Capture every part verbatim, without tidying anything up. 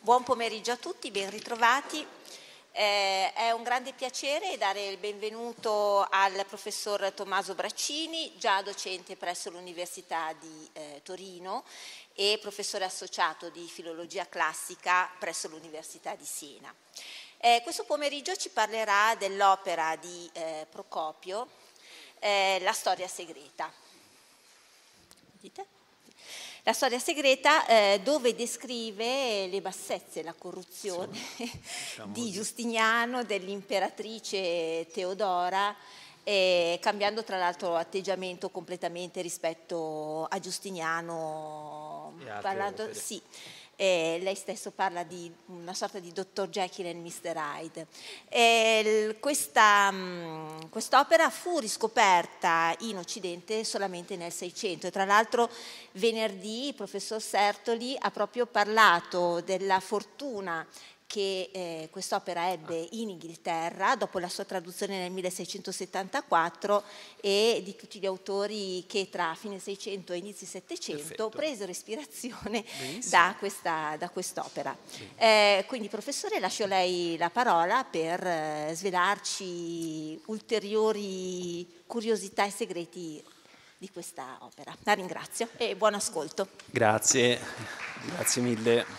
Buon pomeriggio a tutti, ben ritrovati. Eh, è un grande piacere dare il benvenuto al professor Tommaso Braccini, già docente presso l'Università di eh, Torino e professore associato di filologia classica presso l'Università di Siena. Eh, questo pomeriggio ci parlerà dell'opera di eh, Procopio, eh, La storia segreta. Dite? La storia segreta eh, dove descrive le bassezze, la corruzione sì, diciamo di Giustiniano, dell'imperatrice Teodora, eh, cambiando tra l'altro atteggiamento completamente rispetto a Giustiniano. Parlando, sì, eh, lei stesso parla di una sorta di dottor Jekyll e mister Hyde. Eh, questa, mh, quest'opera fu riscoperta in Occidente solamente nel Seicento e tra l'altro venerdì il professor Sertoli ha proprio parlato della fortuna che eh, quest'opera ebbe in Inghilterra dopo la sua traduzione nel milleseicentosettantaquattro e di tutti gli autori che tra fine Seicento e inizi Settecento Perfetto. presero ispirazione da, questa, da quest'opera. Eh, quindi professore, lascio lei la parola per eh, svelarci ulteriori curiosità e segreti di questa opera. La ringrazio e buon ascolto. Grazie, grazie mille.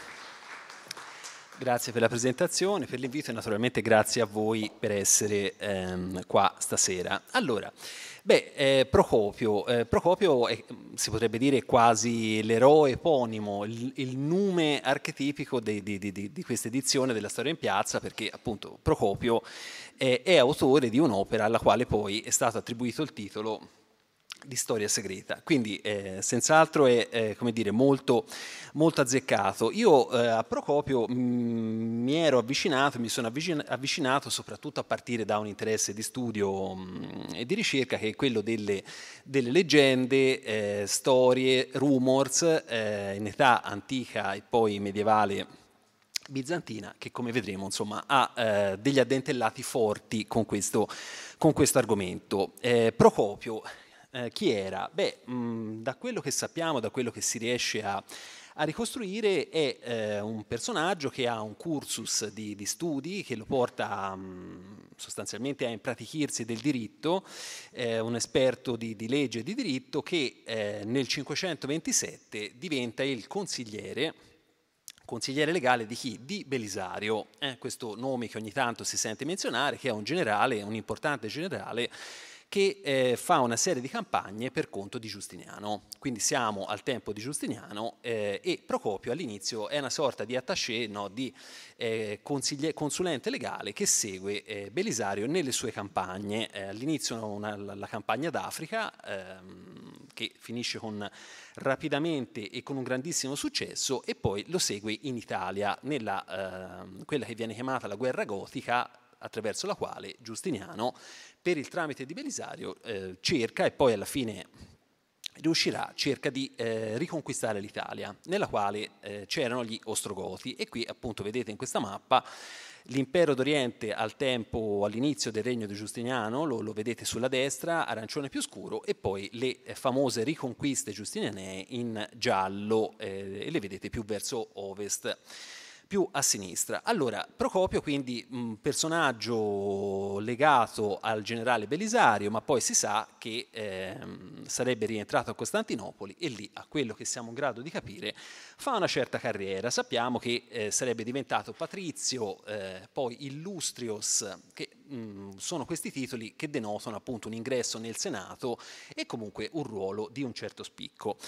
Grazie per la presentazione, per l'invito e naturalmente grazie a voi per essere ehm, qua stasera. Allora, beh, eh, Procopio, eh, Procopio è, si potrebbe dire quasi l'eroe eponimo, il, il nume archetipico di, di, di, di questa edizione della Storia in Piazza, perché appunto Procopio è, è autore di un'opera alla quale poi è stato attribuito il titolo di storia segreta, quindi eh, senz'altro è eh, come dire molto, molto azzeccato. Io eh, a Procopio mh, mi ero avvicinato, mi sono avvicin- avvicinato soprattutto a partire da un interesse di studio mh, e di ricerca che è quello delle, delle leggende, eh, storie, rumors eh, in età antica e poi medievale bizantina, che come vedremo insomma ha eh, degli addentellati forti con questo, con questo argomento. Eh, Procopio Eh, chi era? Beh, mh, da quello che sappiamo, da quello che si riesce a, a ricostruire, è eh, un personaggio che ha un cursus di, di studi che lo porta mh, sostanzialmente a impratichirsi del diritto, eh, un esperto di, di legge e di diritto che eh, nel cinquecentoventisette diventa il consigliere consigliere legale di chi? Di Belisario, eh, questo nome che ogni tanto si sente menzionare, che è un generale, un importante generale che eh, fa una serie di campagne per conto di Giustiniano. Quindi siamo al tempo di Giustiniano eh, e Procopio all'inizio è una sorta di attaché, no, di eh, consulente legale che segue eh, Belisario nelle sue campagne. Eh, all'inizio una, la, la campagna d'Africa ehm, che finisce con rapidamente e con un grandissimo successo e poi lo segue in Italia nella eh, quella che viene chiamata la guerra gotica, attraverso la quale Giustiniano per il tramite di Belisario eh, cerca e poi alla fine riuscirà, cerca di eh, riconquistare l'Italia, nella quale eh, c'erano gli Ostrogoti e qui appunto vedete in questa mappa l'impero d'Oriente al tempo, all'inizio del regno di Giustiniano, lo, lo vedete sulla destra, arancione più scuro, e poi le eh, famose riconquiste giustinianee in giallo, eh, e le vedete più verso ovest, più a sinistra. Allora, Procopio quindi un personaggio legato al generale Belisario, ma poi si sa che eh, sarebbe rientrato a Costantinopoli e lì, a quello che siamo in grado di capire, fa una certa carriera. Sappiamo che eh, sarebbe diventato patrizio, eh, poi illustrios, che mh, sono questi titoli che denotano appunto un ingresso nel Senato e comunque un ruolo di un certo spicco.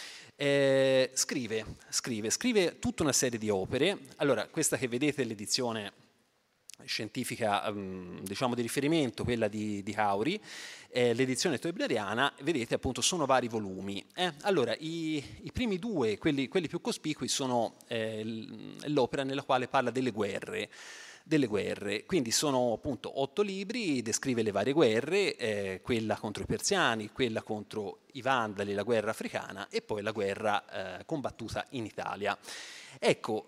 Eh, scrive, scrive, scrive tutta una serie di opere. Allora, questa che vedete è l'edizione scientifica, diciamo di riferimento, quella di, di Hauri, eh, l'edizione toebleriana, vedete appunto sono vari volumi. Eh? Allora, i, i primi due, quelli, quelli più cospicui, sono eh, l'opera nella quale parla delle guerre, delle guerre, quindi sono appunto otto libri, descrive le varie guerre, eh, quella contro i persiani, quella contro i vandali, la guerra africana e poi la guerra eh, combattuta in Italia. Ecco,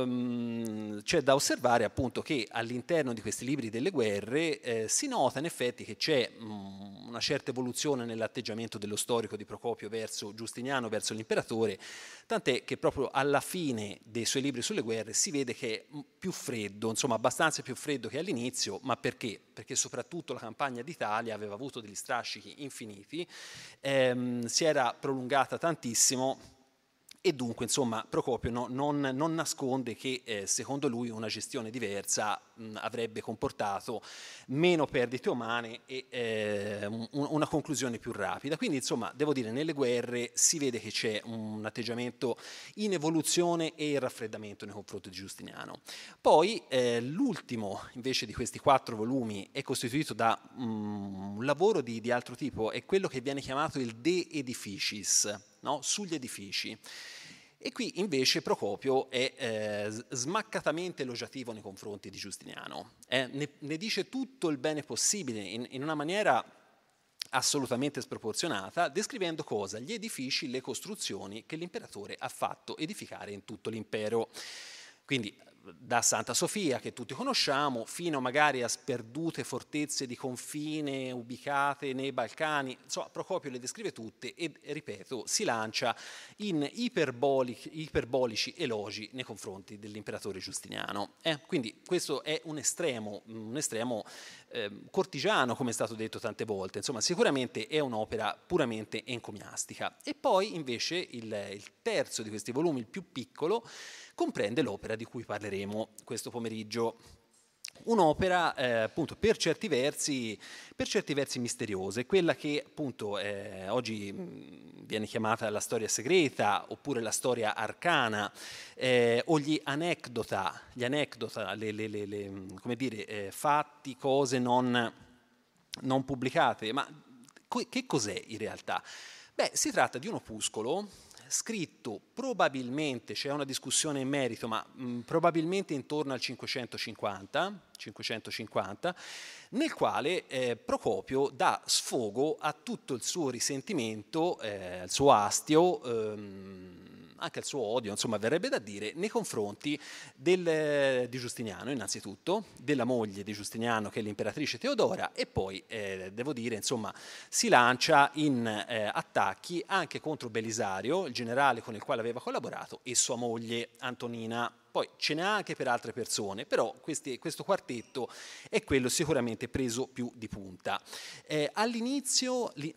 ehm, c'è da osservare appunto che all'interno di questi libri delle guerre eh, si nota in effetti che c'è mh, una una certa evoluzione nell'atteggiamento dello storico di Procopio verso Giustiniano, verso l'imperatore, tant'è che proprio alla fine dei suoi libri sulle guerre si vede che è più freddo, insomma abbastanza più freddo che all'inizio, ma perché? Perché soprattutto la campagna d'Italia aveva avuto degli strascichi infiniti, ehm, si era prolungata tantissimo, e dunque, insomma, Procopio no, non, non nasconde che eh, secondo lui una gestione diversa mh, avrebbe comportato meno perdite umane e eh, un, una conclusione più rapida. Quindi, insomma, devo dire, nelle guerre si vede che c'è un atteggiamento in evoluzione e in raffreddamento nei confronti di Giustiniano. Poi, eh, l'ultimo, invece, di questi quattro volumi è costituito da um, un lavoro di, di altro tipo, è quello che viene chiamato il De Edificis, no? Sugli edifici. E qui invece Procopio è eh, smaccatamente elogiativo nei confronti di Giustiniano, eh, ne, ne dice tutto il bene possibile in, in una maniera assolutamente sproporzionata, descrivendo cosa? Gli edifici, le costruzioni che l'imperatore ha fatto edificare in tutto l'impero. Quindi da Santa Sofia, che tutti conosciamo, fino magari a sperdute fortezze di confine ubicate nei Balcani, insomma Procopio le descrive tutte e, ripeto, si lancia in iperbolici, iperbolici elogi nei confronti dell'imperatore Giustiniano. Eh? Quindi questo è un estremo, un estremo eh, cortigiano, come è stato detto tante volte, insomma sicuramente è un'opera puramente encomiastica. E poi invece il, il terzo di questi volumi, il più piccolo, comprende l'opera di cui parleremo questo pomeriggio. Un'opera eh, appunto per certi versi, per certi versi misteriosa, quella che appunto eh, oggi mh, viene chiamata la storia segreta oppure la storia arcana eh, o gli anecdota, gli anecdota, le, le, le, le, come dire, eh, fatti, cose non, non pubblicate. Ma co- che cos'è in realtà? Beh, si tratta di un opuscolo scritto probabilmente, c'è una discussione in merito, ma mh, probabilmente intorno al cinquecentocinquanta, cinquecentocinquanta, nel quale eh, Procopio dà sfogo a tutto il suo risentimento, eh, il suo astio, ehm, anche al suo odio, insomma verrebbe da dire, nei confronti del, di Giustiniano innanzitutto, della moglie di Giustiniano che è l'imperatrice Teodora e poi, eh, devo dire, insomma, si lancia in eh, attacchi anche contro Belisario, il generale con il quale aveva collaborato, e sua moglie Antonina. Poi ce n'è anche per altre persone, però questi, questo quartetto è quello sicuramente preso più di punta. Eh, all'inizio, li,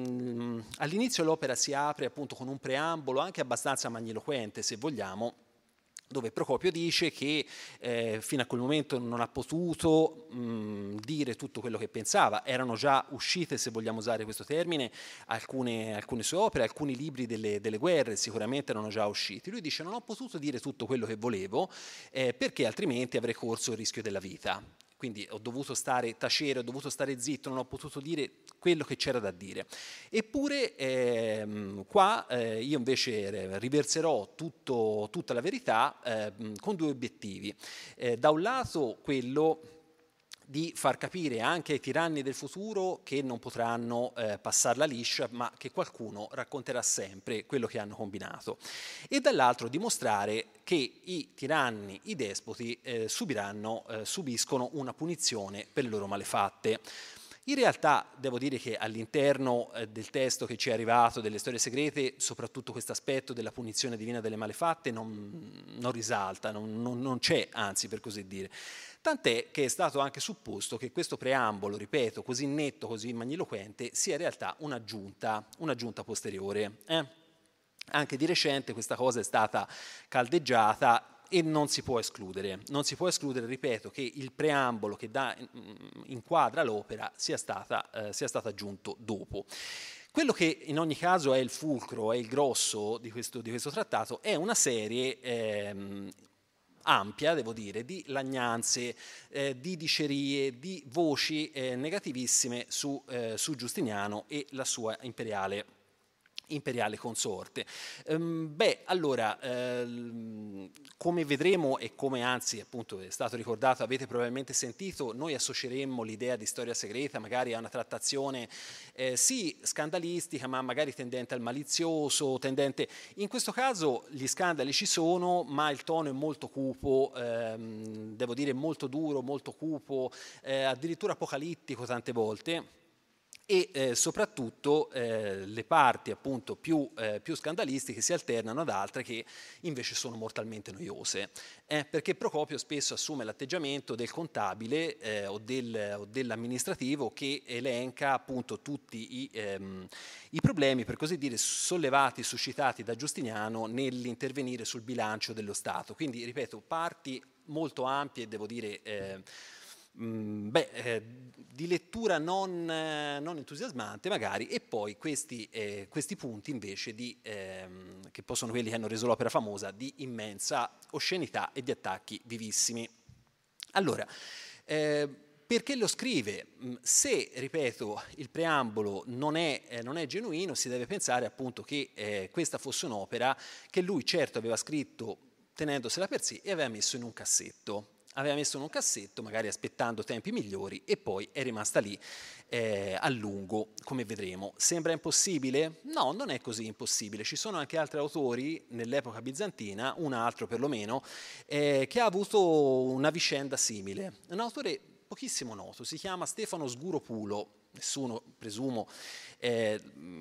mh, all'inizio l'opera si apre appunto con un preambolo anche abbastanza magniloquente, se vogliamo, dove Procopio dice che eh, fino a quel momento non ha potuto mh, dire tutto quello che pensava. Erano già uscite, se vogliamo usare questo termine, alcune, alcune sue opere, alcuni libri delle, delle guerre sicuramente erano già usciti. Lui dice: non ho potuto dire tutto quello che volevo eh, perché altrimenti avrei corso il rischio della vita. Quindi ho dovuto stare tacere, ho dovuto stare zitto, non ho potuto dire quello che c'era da dire. Eppure ehm, qua eh, io invece riverserò tutto, tutta la verità eh, con due obiettivi. Eh, da un lato quello di far capire anche ai tiranni del futuro che non potranno eh, passarla liscia, ma che qualcuno racconterà sempre quello che hanno combinato. E dall'altro dimostrare che i tiranni, i despoti, eh, subiranno, eh, subiscono una punizione per le loro malefatte. In realtà devo dire che all'interno eh, del testo che ci è arrivato delle storie segrete, soprattutto questo aspetto della punizione divina delle malefatte non, non risalta, non, non, non c'è, anzi, per così dire. Tant'è che è stato anche supposto che questo preambolo, ripeto, così netto, così magniloquente, sia in realtà un'aggiunta, un'aggiunta posteriore. Eh? Anche di recente questa cosa è stata caldeggiata e non si può escludere. Non si può escludere, ripeto, che il preambolo che dà, inquadra l'opera sia, stata, eh, sia stato aggiunto dopo. Quello che in ogni caso è il fulcro, è il grosso di questo, di questo trattato, è una serie ehm, ampia, devo dire, di lagnanze, eh, di dicerie, di voci eh, negativissime su, eh, su Giustiniano e la sua imperiale, imperiale consorte. Um, beh, allora, ehm, come vedremo e come anzi appunto è stato ricordato, avete probabilmente sentito, noi associeremmo l'idea di storia segreta magari a una trattazione eh, sì scandalistica, ma magari tendente al malizioso, tendente... In questo caso gli scandali ci sono, ma il tono è molto cupo, ehm, devo dire molto duro, molto cupo, eh, addirittura apocalittico tante volte. e eh, soprattutto eh, le parti appunto più, eh, più scandalistiche si alternano ad altre che invece sono mortalmente noiose, eh, perché Procopio spesso assume l'atteggiamento del contabile eh, o, del, o dell'amministrativo che elenca appunto tutti i, ehm, i problemi, per così dire, sollevati, suscitati da Giustiniano nell'intervenire sul bilancio dello Stato. Quindi, ripeto, parti molto ampie, devo dire, eh, mh, beh, eh, di lettura non, eh, non entusiasmante magari, e poi questi, eh, questi punti invece di, ehm, che poi sono quelli che hanno reso l'opera famosa, di immensa oscenità e di attacchi vivissimi. Allora, eh, perché lo scrive? Se, ripeto, il preambolo non è, eh, non è genuino, si deve pensare appunto che eh, questa fosse un'opera che lui certo aveva scritto tenendosela per sé e aveva messo in un cassetto. Aveva messo in un cassetto, magari aspettando tempi migliori, e poi è rimasta lì eh, a lungo, come vedremo. Sembra impossibile? No, non è così impossibile. Ci sono anche altri autori nell'epoca bizantina, un altro perlomeno, eh, che ha avuto una vicenda simile. Un autore pochissimo noto, si chiama Stefano Sguropulo. Nessuno, presumo, eh,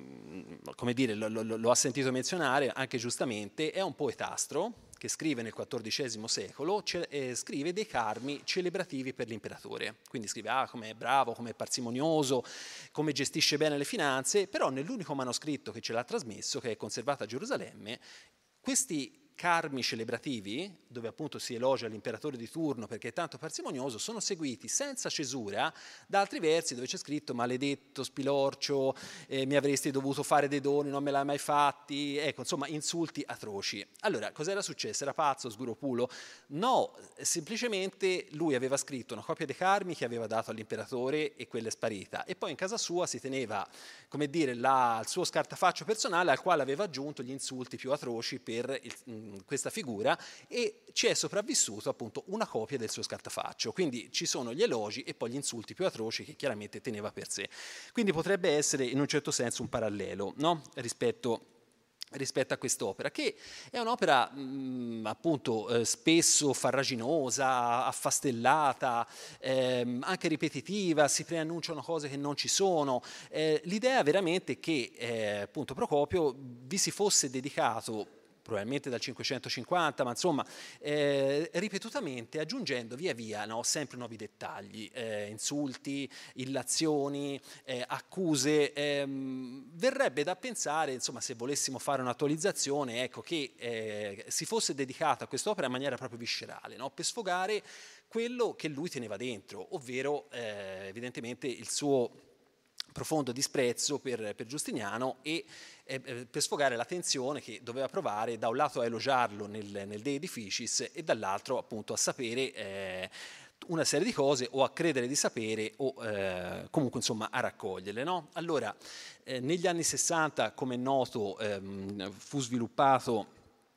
come dire, lo, lo, lo ha sentito menzionare, anche giustamente. È un poetastro che scrive nel quattordicesimo secolo, ce, eh, scrive dei carmi celebrativi per l'imperatore. Quindi scrive, ah, com'è bravo, com'è parsimonioso, come gestisce bene le finanze, però nell'unico manoscritto che ce l'ha trasmesso, che è conservato a Gerusalemme, questi carmi celebrativi, dove appunto si elogia l'imperatore di turno perché è tanto parsimonioso, sono seguiti senza cesura da altri versi dove c'è scritto: maledetto Spilorcio, eh, mi avresti dovuto fare dei doni, non me l'hai mai fatti, ecco, insomma, insulti atroci. Allora, cos'era successo? Era pazzo Sguropulo? No, semplicemente lui aveva scritto una copia dei carmi che aveva dato all'imperatore e quella è sparita, e poi in casa sua si teneva, come dire, la, il suo scartafaccio personale al quale aveva aggiunto gli insulti più atroci per il, questa figura, e ci è sopravvissuto appunto una copia del suo scartafaccio. Quindi ci sono gli elogi e poi gli insulti più atroci che chiaramente teneva per sé. Quindi potrebbe essere in un certo senso un parallelo, no? rispetto rispetto a quest'opera, che è un'opera mh, appunto eh, spesso farraginosa, affastellata, ehm, anche ripetitiva, si preannunciano cose che non ci sono. Eh, l'idea veramente che eh, appunto Procopio vi si fosse dedicato probabilmente dal cinquecentocinquanta, ma insomma eh, ripetutamente aggiungendo via via, no, sempre nuovi dettagli, eh, insulti, illazioni, eh, accuse. Ehm, verrebbe da pensare, insomma, se volessimo fare un'attualizzazione, ecco, che eh, si fosse dedicato a quest'opera in maniera proprio viscerale, no, per sfogare quello che lui teneva dentro, ovvero eh, evidentemente il suo profondo disprezzo per, per Giustiniano e eh, per sfogare la tensione che doveva provare da un lato a elogiarlo nel, nel De Edificis e dall'altro appunto a sapere eh, una serie di cose, o a credere di sapere, o eh, comunque insomma a raccoglierle, no? Allora, eh, negli anni sessanta, come è noto, ehm, fu sviluppato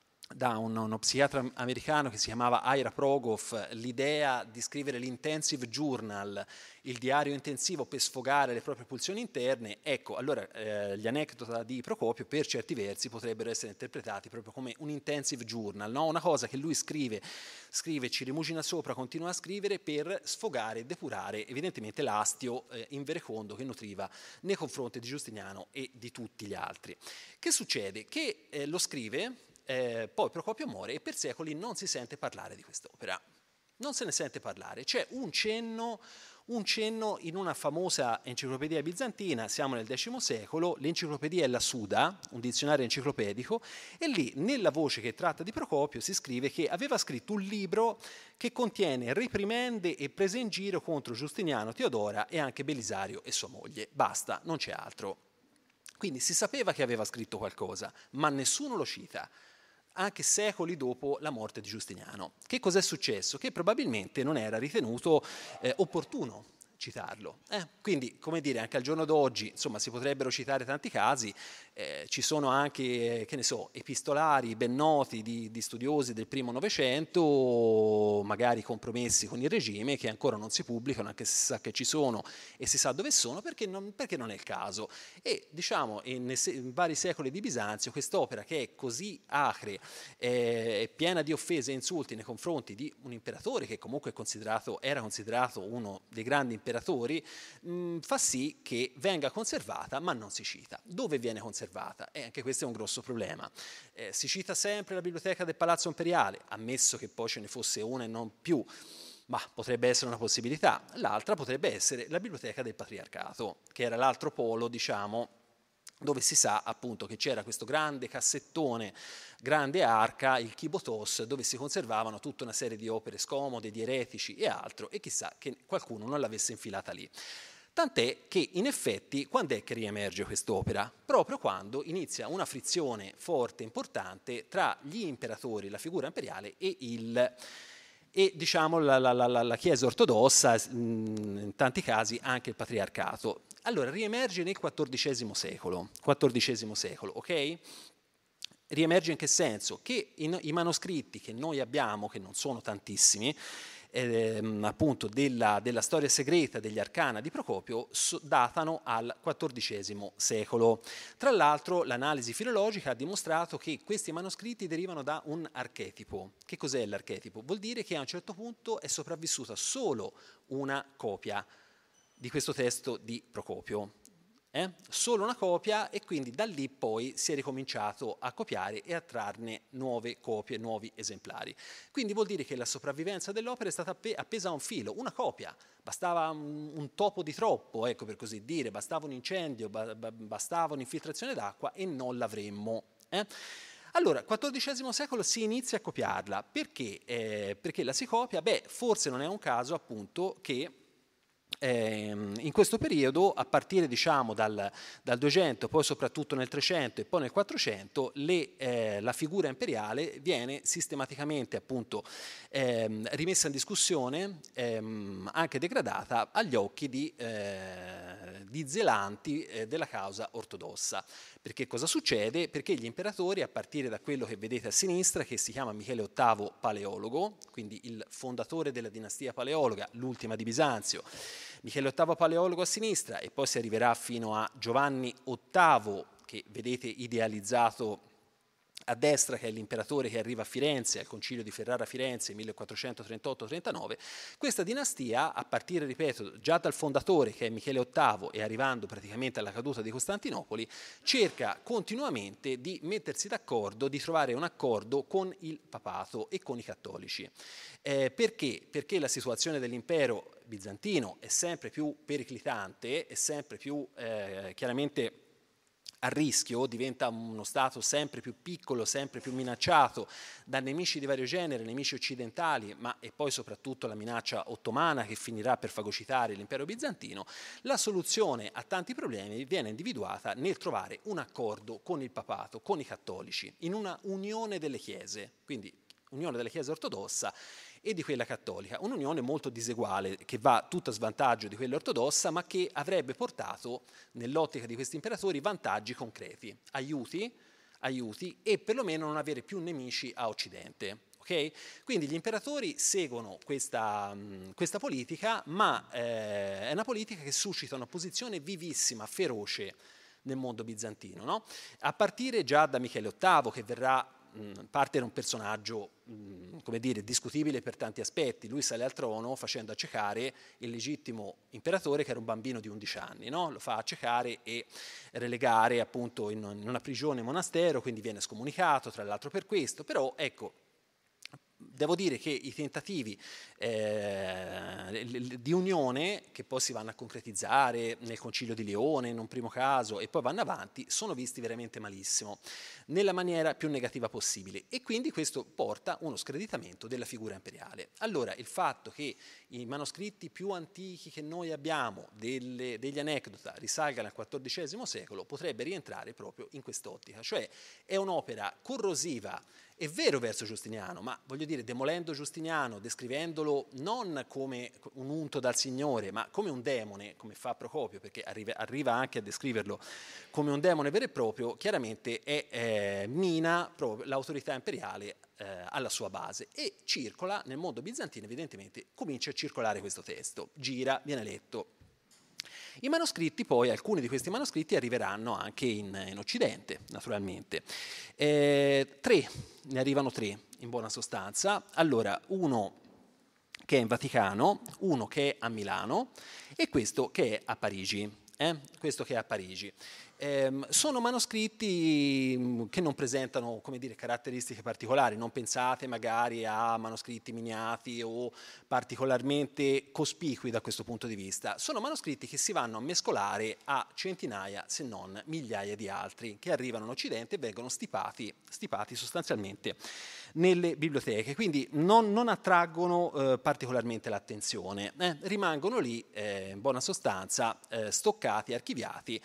da un, uno psichiatra americano che si chiamava Ira Progoff l'idea di scrivere l'intensive journal, il diario intensivo per sfogare le proprie pulsioni interne. Ecco, allora eh, gli anedoti di Procopio per certi versi potrebbero essere interpretati proprio come un intensive journal, no? Una cosa che lui scrive, scrive, ci rimugina sopra, continua a scrivere per sfogare e depurare evidentemente l'astio eh, inverecondo che nutriva nei confronti di Giustiniano e di tutti gli altri. Che succede? Che eh, lo scrive. Eh, poi Procopio muore e per secoli non si sente parlare di quest'opera, non se ne sente parlare. C'è un cenno, un cenno in una famosa enciclopedia bizantina, siamo nel X secolo, l'enciclopedia è la Suda, un dizionario enciclopedico, e lì nella voce che tratta di Procopio si scrive che aveva scritto un libro che contiene riprimende e prese in giro contro Giustiniano, Teodora e anche Belisario e sua moglie. Basta, non c'è altro. Quindi si sapeva che aveva scritto qualcosa, ma nessuno lo cita, anche secoli dopo la morte di Giustiniano. Che cos'è successo? Che probabilmente non era ritenuto eh, opportuno citarlo. Eh? Quindi, come dire, anche al giorno d'oggi, insomma, si potrebbero citare tanti casi, eh, ci sono anche, che ne so, epistolari ben noti di, di studiosi del primo Novecento magari compromessi con il regime, che ancora non si pubblicano, anche se si sa che ci sono e si sa dove sono, perché non, perché non è il caso. E diciamo, in, in vari secoli di Bisanzio, quest'opera che è così acre, è piena di offese e insulti nei confronti di un imperatore che comunque è considerato, era considerato uno dei grandi imperatori, mh, fa sì che venga conservata, ma non si cita. Dove viene conservata? E anche questo è un grosso problema. Eh, si cita sempre la biblioteca del Palazzo Imperiale, ammesso che poi ce ne fosse una e non più, ma potrebbe essere una possibilità. L'altra potrebbe essere la biblioteca del Patriarcato, che era l'altro polo, diciamo, dove si sa appunto che c'era questo grande cassettone, grande arca, il Kibotos, dove si conservavano tutta una serie di opere scomode, di eretici e altro, e chissà che qualcuno non l'avesse infilata lì. Tant'è che in effetti quando è che riemerge quest'opera? Proprio quando inizia una frizione forte, importante tra gli imperatori, la figura imperiale e il e diciamo la, la, la, la Chiesa ortodossa, in tanti casi anche il patriarcato. Allora riemerge nel quattordicesimo secolo, quattordicesimo secolo, ok? Riemerge in che senso? Che in, i manoscritti che noi abbiamo, che non sono tantissimi, ehm, appunto della, della storia segreta degli Arcana di Procopio, so, datano al quattordicesimo secolo. Tra l'altro l'analisi filologica ha dimostrato che questi manoscritti derivano da un archetipo. Che cos'è l'archetipo? Vuol dire che a un certo punto è sopravvissuta solo una copia di questo testo di Procopio. Eh? Solo una copia, e quindi da lì poi si è ricominciato a copiare e a trarne nuove copie, nuovi esemplari. Quindi vuol dire che la sopravvivenza dell'opera è stata appesa a un filo, una copia. Bastava un, un topo di troppo, ecco, per così dire, bastava un incendio, ba, ba, bastava un'infiltrazione d'acqua e non l'avremmo. Eh? Allora, quattordicesimo secolo si inizia a copiarla. Perché? Eh, perché la si copia? Beh, forse non è un caso appunto che Eh, in questo periodo, a partire diciamo dal, dal duecento, poi soprattutto nel trecento e poi nel quattrocento, le, eh, la figura imperiale viene sistematicamente appunto ehm, rimessa in discussione, ehm, anche degradata agli occhi di, eh, di zelanti eh, della causa ortodossa. Perché cosa succede? Perché gli imperatori, a partire da quello che vedete a sinistra, che si chiama Michele ottavo Paleologo, quindi il fondatore della dinastia paleologa, l'ultima di Bisanzio, Michele ottavo Paleologo a sinistra, e poi si arriverà fino a Giovanni ottavo, che vedete idealizzato a destra, che è l'imperatore che arriva a Firenze, al concilio di Ferrara a Firenze, millequattrocentotrentotto trentanove. Questa dinastia, a partire, ripeto, già dal fondatore, che è Michele ottavo, e arrivando praticamente alla caduta di Costantinopoli, cerca continuamente di mettersi d'accordo, di trovare un accordo con il papato e con i cattolici. Eh, perché? Perché la situazione dell'impero bizantino è sempre più periclitante, è sempre più eh, chiaramente a rischio, diventa uno Stato sempre più piccolo, sempre più minacciato da nemici di vario genere, nemici occidentali, ma e poi soprattutto la minaccia ottomana che finirà per fagocitare l'impero bizantino. La soluzione a tanti problemi viene individuata nel trovare un accordo con il papato, con i cattolici, in una unione delle chiese, quindi unione della Chiesa ortodossa e di quella cattolica, un'unione molto diseguale che va tutto a svantaggio di quella ortodossa, ma che avrebbe portato nell'ottica di questi imperatori vantaggi concreti, aiuti, aiuti e perlomeno non avere più nemici a occidente. Okay? Quindi gli imperatori seguono questa, questa politica, ma eh, è una politica che suscita una posizione vivissima, feroce nel mondo bizantino, no? A partire già da Michele ottavo, che verrà parte era un personaggio, come dire, discutibile per tanti aspetti. Lui sale al trono facendo accecare il legittimo imperatore, che era un bambino di undici anni, no? Lo fa accecare e relegare appunto in una prigione monastero, quindi viene scomunicato, tra l'altro per questo. Però ecco, devo dire che i tentativi eh, di unione, che poi si vanno a concretizzare nel Concilio di Lione in un primo caso e poi vanno avanti, sono visti veramente malissimo, nella maniera più negativa possibile, e quindi questo porta uno screditamento della figura imperiale. Allora il fatto che i manoscritti più antichi che noi abbiamo delle, degli anecdota risalgano al quattordicesimo secolo potrebbe rientrare proprio in quest'ottica, cioè è un'opera corrosiva è vero verso Giustiniano, ma voglio dire, demolendo Giustiniano, descrivendolo non come un unto dal Signore, ma come un demone, come fa Procopio, perché arriva, arriva anche a descriverlo come un demone vero e proprio, chiaramente è, eh, mina proprio l'autorità imperiale eh, alla sua base e circola nel mondo bizantino, evidentemente comincia a circolare questo testo, gira, viene letto. I manoscritti poi, alcuni di questi manoscritti arriveranno anche in, in Occidente, naturalmente. Eh, tre, ne arrivano tre in buona sostanza. Allora, uno che è in Vaticano, uno che è a Milano e questo che è a Parigi. Eh? Questo che è a Parigi. Eh, sono manoscritti che non presentano, come dire, caratteristiche particolari, non pensate magari a manoscritti miniati o particolarmente cospicui da questo punto di vista, sono manoscritti che si vanno a mescolare a centinaia se non migliaia di altri che arrivano in Occidente e vengono stipati, stipati sostanzialmente nelle biblioteche, quindi non, non attraggono eh, particolarmente l'attenzione, eh, rimangono lì eh, in buona sostanza eh, stoccati, archiviati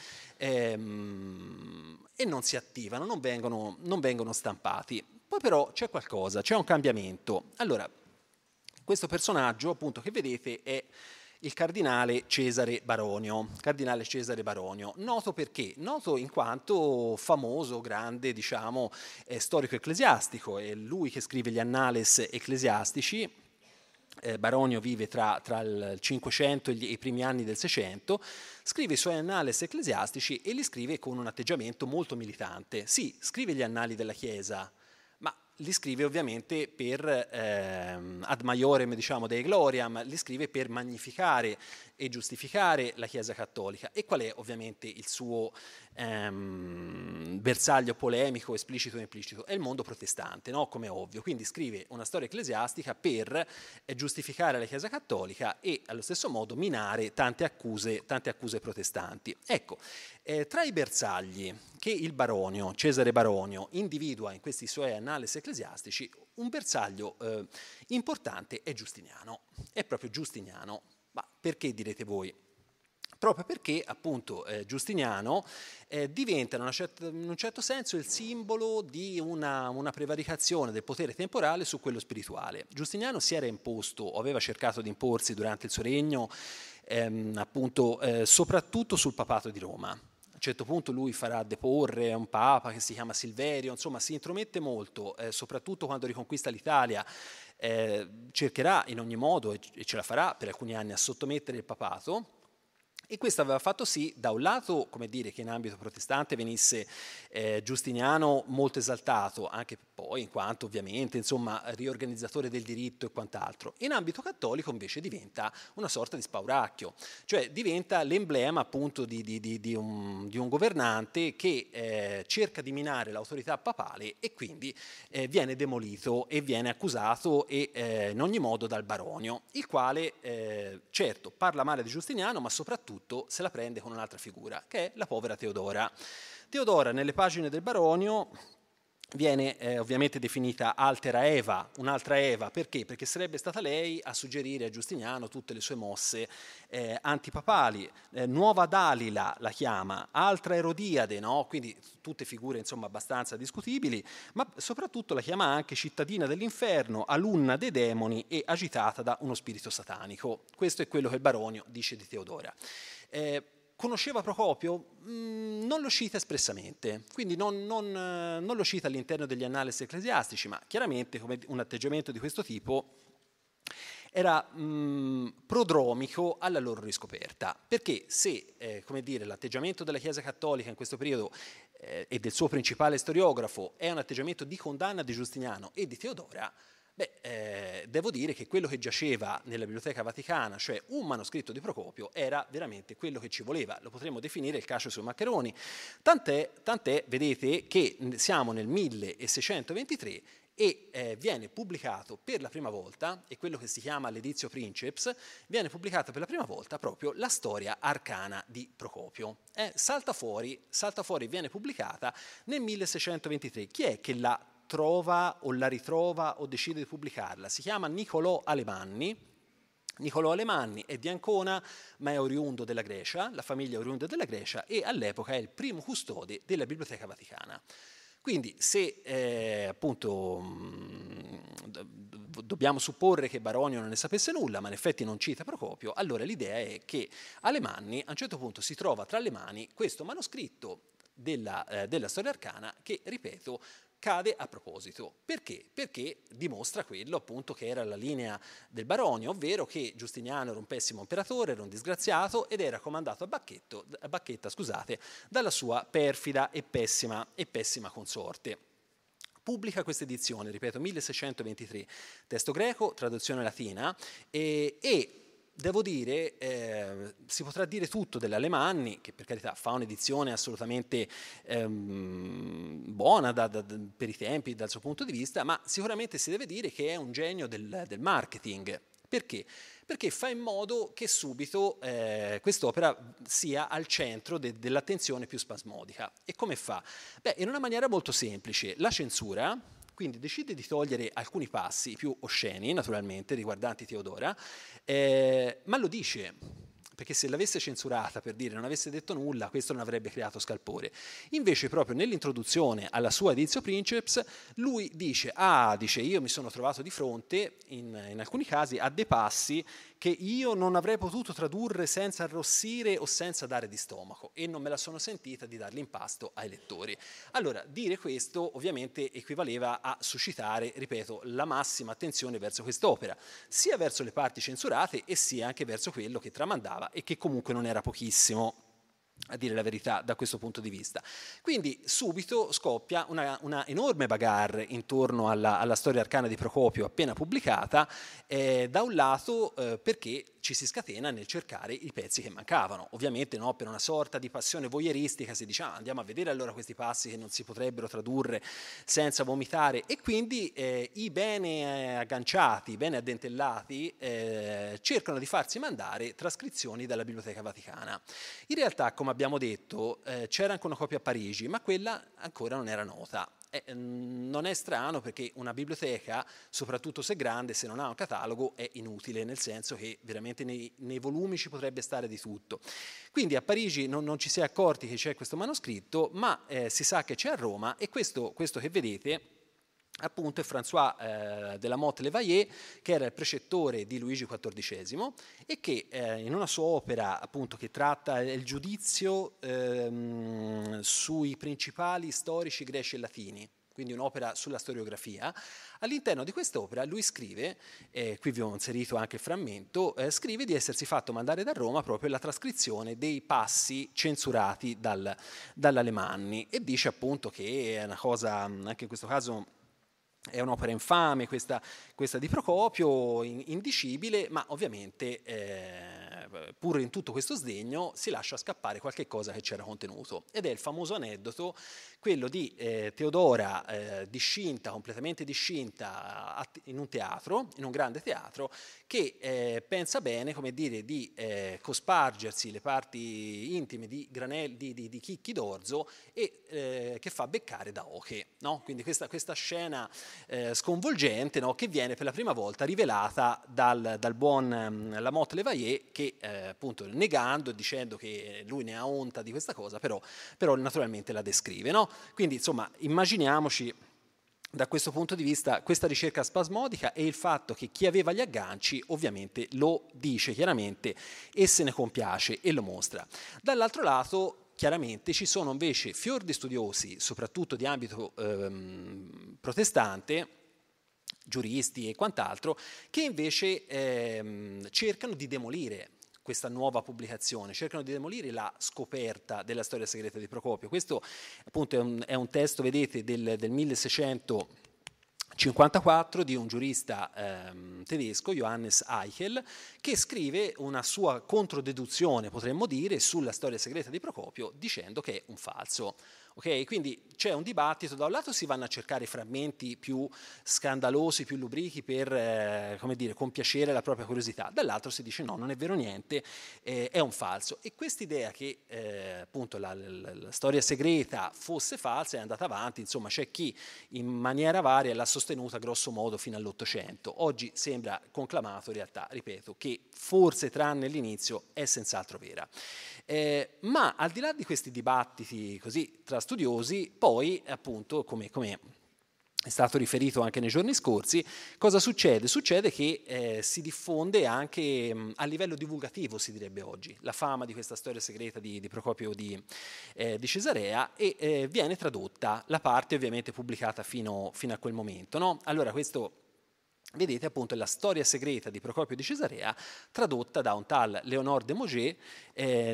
ehm, e non si attivano, non vengono, non vengono stampati. Poi però c'è qualcosa, c'è un cambiamento. Allora, questo personaggio appunto che vedete è il cardinale Cesare Baronio, cardinale Cesare Baronio, noto perché? Noto in quanto famoso, grande, diciamo, eh, storico ecclesiastico, è lui che scrive gli Annales ecclesiastici. eh, Baronio vive tra, tra il Cinquecento e i primi anni del Seicento, scrive i suoi Annales ecclesiastici e li scrive con un atteggiamento molto militante. Sì, scrive gli annali della Chiesa, ma li scrive ovviamente per ehm, ad maiorem, diciamo, Dei gloriam, li scrive per magnificare e giustificare la Chiesa cattolica. E qual è ovviamente il suo ehm, bersaglio polemico, esplicito o implicito? È il mondo protestante, no? Come è ovvio. Quindi scrive una storia ecclesiastica per eh, giustificare la Chiesa cattolica e allo stesso modo minare tante accuse, tante accuse protestanti. Ecco, eh, tra i bersagli che il Baronio, Cesare Baronio, individua in questi suoi Annales ecclesiastici, un bersaglio eh, importante è Giustiniano, è proprio Giustiniano. Ma perché, direte voi? Proprio perché appunto eh, Giustiniano eh, diventa in, una certa, in un certo senso il simbolo di una, una prevaricazione del potere temporale su quello spirituale. Giustiniano si era imposto, o aveva cercato di imporsi durante il suo regno, ehm, appunto eh, soprattutto sul papato di Roma. A un certo punto lui farà deporre un papa che si chiama Silverio, insomma si intromette molto, eh, soprattutto quando riconquista l'Italia. Eh, cercherà in ogni modo, e ce la farà per alcuni anni, a sottomettere il papato, e questo aveva fatto sì, da un lato, come dire, che in ambito protestante venisse eh, Giustiniano molto esaltato, anche poi in quanto ovviamente, insomma, riorganizzatore del diritto e quant'altro. In ambito cattolico invece diventa una sorta di spauracchio, cioè diventa l'emblema appunto di, di, di, di, un, di un governante che eh, cerca di minare l'autorità papale e quindi eh, viene demolito e viene accusato e, eh, in ogni modo dal Baronio, il quale eh, certo parla male di Giustiniano, ma soprattutto se la prende con un'altra figura, che è la povera Teodora. Teodora, nelle pagine del Baronio, viene eh, ovviamente definita altera Eva, un'altra Eva, perché? Perché sarebbe stata lei a suggerire a Giustiniano tutte le sue mosse eh, antipapali. Eh, nuova Dalila la chiama, altra Erodiade, no? Quindi tutte figure insomma abbastanza discutibili, ma soprattutto la chiama anche cittadina dell'inferno, alunna dei demoni e agitata da uno spirito satanico. Questo è quello che il Baronio dice di Teodora. Eh, Conosceva Procopio? Mm, non lo cita espressamente, quindi non, non, non lo cita all'interno degli Annales ecclesiastici, ma chiaramente come un atteggiamento di questo tipo era mh, prodromico alla loro riscoperta, perché se eh, come dire, l'atteggiamento della Chiesa Cattolica in questo periodo eh, e del suo principale storiografo è un atteggiamento di condanna di Giustiniano e di Teodora, beh, eh, devo dire che quello che giaceva nella Biblioteca Vaticana, cioè un manoscritto di Procopio, era veramente quello che ci voleva, lo potremmo definire il Cacio sui Maccheroni, tant'è, tant'è vedete, che siamo nel milleseicentoventitré e eh, viene pubblicato per la prima volta, e quello che si chiama l'Editio Princeps, viene pubblicata per la prima volta proprio la storia arcana di Procopio. Eh, salta fuori, salta fuori, viene pubblicata nel milleseicentoventitré. Chi è che la trova o la ritrova o decide di pubblicarla? Si chiama Niccolò Alemanni. Niccolò Alemanni è di Ancona, ma è oriundo della Grecia, la famiglia è oriunda della Grecia e all'epoca è il primo custode della Biblioteca Vaticana. Quindi se eh, appunto mh, dobbiamo supporre che Baronio non ne sapesse nulla, ma in effetti non cita Procopio, allora l'idea è che Alemanni a un certo punto si trova tra le mani questo manoscritto della, eh, della storia arcana che, ripeto, cade a proposito. Perché? Perché dimostra quello appunto che era la linea del Baronio, ovvero che Giustiniano era un pessimo imperatore, era un disgraziato ed era comandato a, Bacchetto, a Bacchetta scusate, dalla sua perfida e pessima, e pessima consorte. Pubblica questa edizione, ripeto, milleseicentoventitré, testo greco, traduzione latina, e, e devo dire, eh, si potrà dire tutto dell'Alemanni, che per carità fa un'edizione assolutamente ehm, buona da, da, per i tempi dal suo punto di vista, ma sicuramente si deve dire che è un genio del, del marketing. Perché? Perché fa in modo che subito eh, quest'opera sia al centro de, dell'attenzione più spasmodica. E come fa? Beh, in una maniera molto semplice. La censura, quindi decide di togliere alcuni passi più osceni, naturalmente, riguardanti Teodora, eh, ma lo dice, perché se l'avesse censurata, per dire, non avesse detto nulla, questo non avrebbe creato scalpore. Invece proprio nell'introduzione alla sua Editio Princeps, lui dice, ah, dice, io mi sono trovato di fronte, in, in alcuni casi, a dei passi che io non avrei potuto tradurre senza arrossire o senza dare di stomaco, e non me la sono sentita di darli in pasto ai lettori. Allora, dire questo ovviamente equivaleva a suscitare, ripeto, la massima attenzione verso quest'opera, sia verso le parti censurate e sia anche verso quello che tramandava e che comunque non era pochissimo, a dire la verità, da questo punto di vista. Quindi subito scoppia una, una enorme bagarre intorno alla, alla storia arcana di Procopio appena pubblicata, eh, da un lato eh, perché ci si scatena nel cercare i pezzi che mancavano. Ovviamente no, per una sorta di passione voyeuristica si dice ah, andiamo a vedere allora questi passi che non si potrebbero tradurre senza vomitare, e quindi eh, i bene agganciati, i bene addentellati eh, cercano di farsi mandare trascrizioni dalla Biblioteca Vaticana. In realtà, come abbiamo detto, eh, c'era anche una copia a Parigi, ma quella ancora non era nota. Eh, non è strano perché una biblioteca, soprattutto se grande, se non ha un catalogo è inutile, nel senso che veramente nei, nei volumi ci potrebbe stare di tutto. Quindi a Parigi non, non ci si è accorti che c'è questo manoscritto, ma eh, si sa che c'è a Roma, e questo, questo che vedete appunto è François eh, de la Motte-Levaillé, che era il precettore di Luigi quattordicesimo e che eh, in una sua opera appunto che tratta il giudizio ehm, sui principali storici greci e latini, quindi un'opera sulla storiografia, all'interno di quest'opera lui scrive, eh, qui vi ho inserito anche il frammento, eh, scrive di essersi fatto mandare da Roma proprio la trascrizione dei passi censurati dal, dall'Alemanni, e dice appunto che è una cosa, anche in questo caso, è un'opera infame questa, questa di Procopio, indicibile, ma ovviamente eh, pur in tutto questo sdegno si lascia scappare qualche cosa che c'era contenuto, ed è il famoso aneddoto, quello di eh, Teodora eh, discinta, completamente discinta in un teatro, in un grande teatro, che eh, pensa bene, come dire, di eh, cospargersi le parti intime di, granelli, di, di, di chicchi d'orzo, e eh, che fa beccare da oche, no? Quindi questa, questa scena Eh, sconvolgente, no? Che viene per la prima volta rivelata dal, dal buon um, La Motte-Levaillé, che eh, appunto negando e dicendo che lui ne ha onta di questa cosa, però, però naturalmente la descrive, no? Quindi insomma immaginiamoci da questo punto di vista questa ricerca spasmodica, e il fatto che chi aveva gli agganci ovviamente lo dice chiaramente e se ne compiace e lo mostra. Dall'altro lato chiaramente ci sono invece fior di studiosi, soprattutto di ambito ehm, protestante, giuristi e quant'altro, che invece ehm, cercano di demolire questa nuova pubblicazione, cercano di demolire la scoperta della storia segreta di Procopio. Questo appunto è un, è un testo, vedete, del, del milleseicentocinquantaquattro di un giurista ehm, tedesco, Johannes Eichel, che scrive una sua controdeduzione, potremmo dire, sulla storia segreta di Procopio, dicendo che è un falso. Okay? Quindi c'è un dibattito, da un lato si vanno a cercare frammenti più scandalosi, più lubrichi per eh, come dire, compiacere la propria curiosità, dall'altro si dice no, non è vero niente, eh, è un falso. E quest'idea che eh, appunto la, la, la storia segreta fosse falsa è andata avanti, insomma c'è chi in maniera varia l'ha sostenuta grosso modo fino all'Ottocento. Oggi sembra conclamato in realtà, ripeto, che forse tranne l'inizio è senz'altro vera. Eh, ma al di là di questi dibattiti così tra fra studiosi, poi appunto come, come è stato riferito anche nei giorni scorsi, cosa succede? Succede che eh, si diffonde anche mh, a livello divulgativo, si direbbe oggi, la fama di questa storia segreta di, di Procopio di, eh, di Cesarea e eh, viene tradotta, la parte ovviamente pubblicata fino, fino a quel momento, no? Allora questo... Vedete appunto la storia segreta di Procopio di Cesarea tradotta da un tal Léonard de Maugé eh,